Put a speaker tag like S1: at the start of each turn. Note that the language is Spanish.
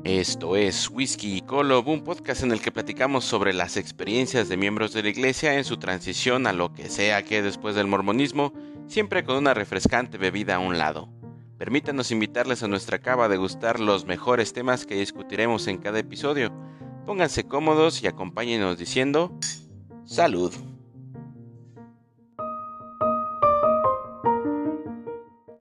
S1: Esto es Whisky y Kolob, un podcast en el que platicamos sobre las experiencias de miembros de la iglesia en su transición a lo que sea que después del mormonismo, siempre con una refrescante bebida a un lado. Permítanos invitarles a nuestra cava a degustar los mejores temas que discutiremos en cada episodio. Pónganse cómodos y acompáñenos diciendo ¡Salud!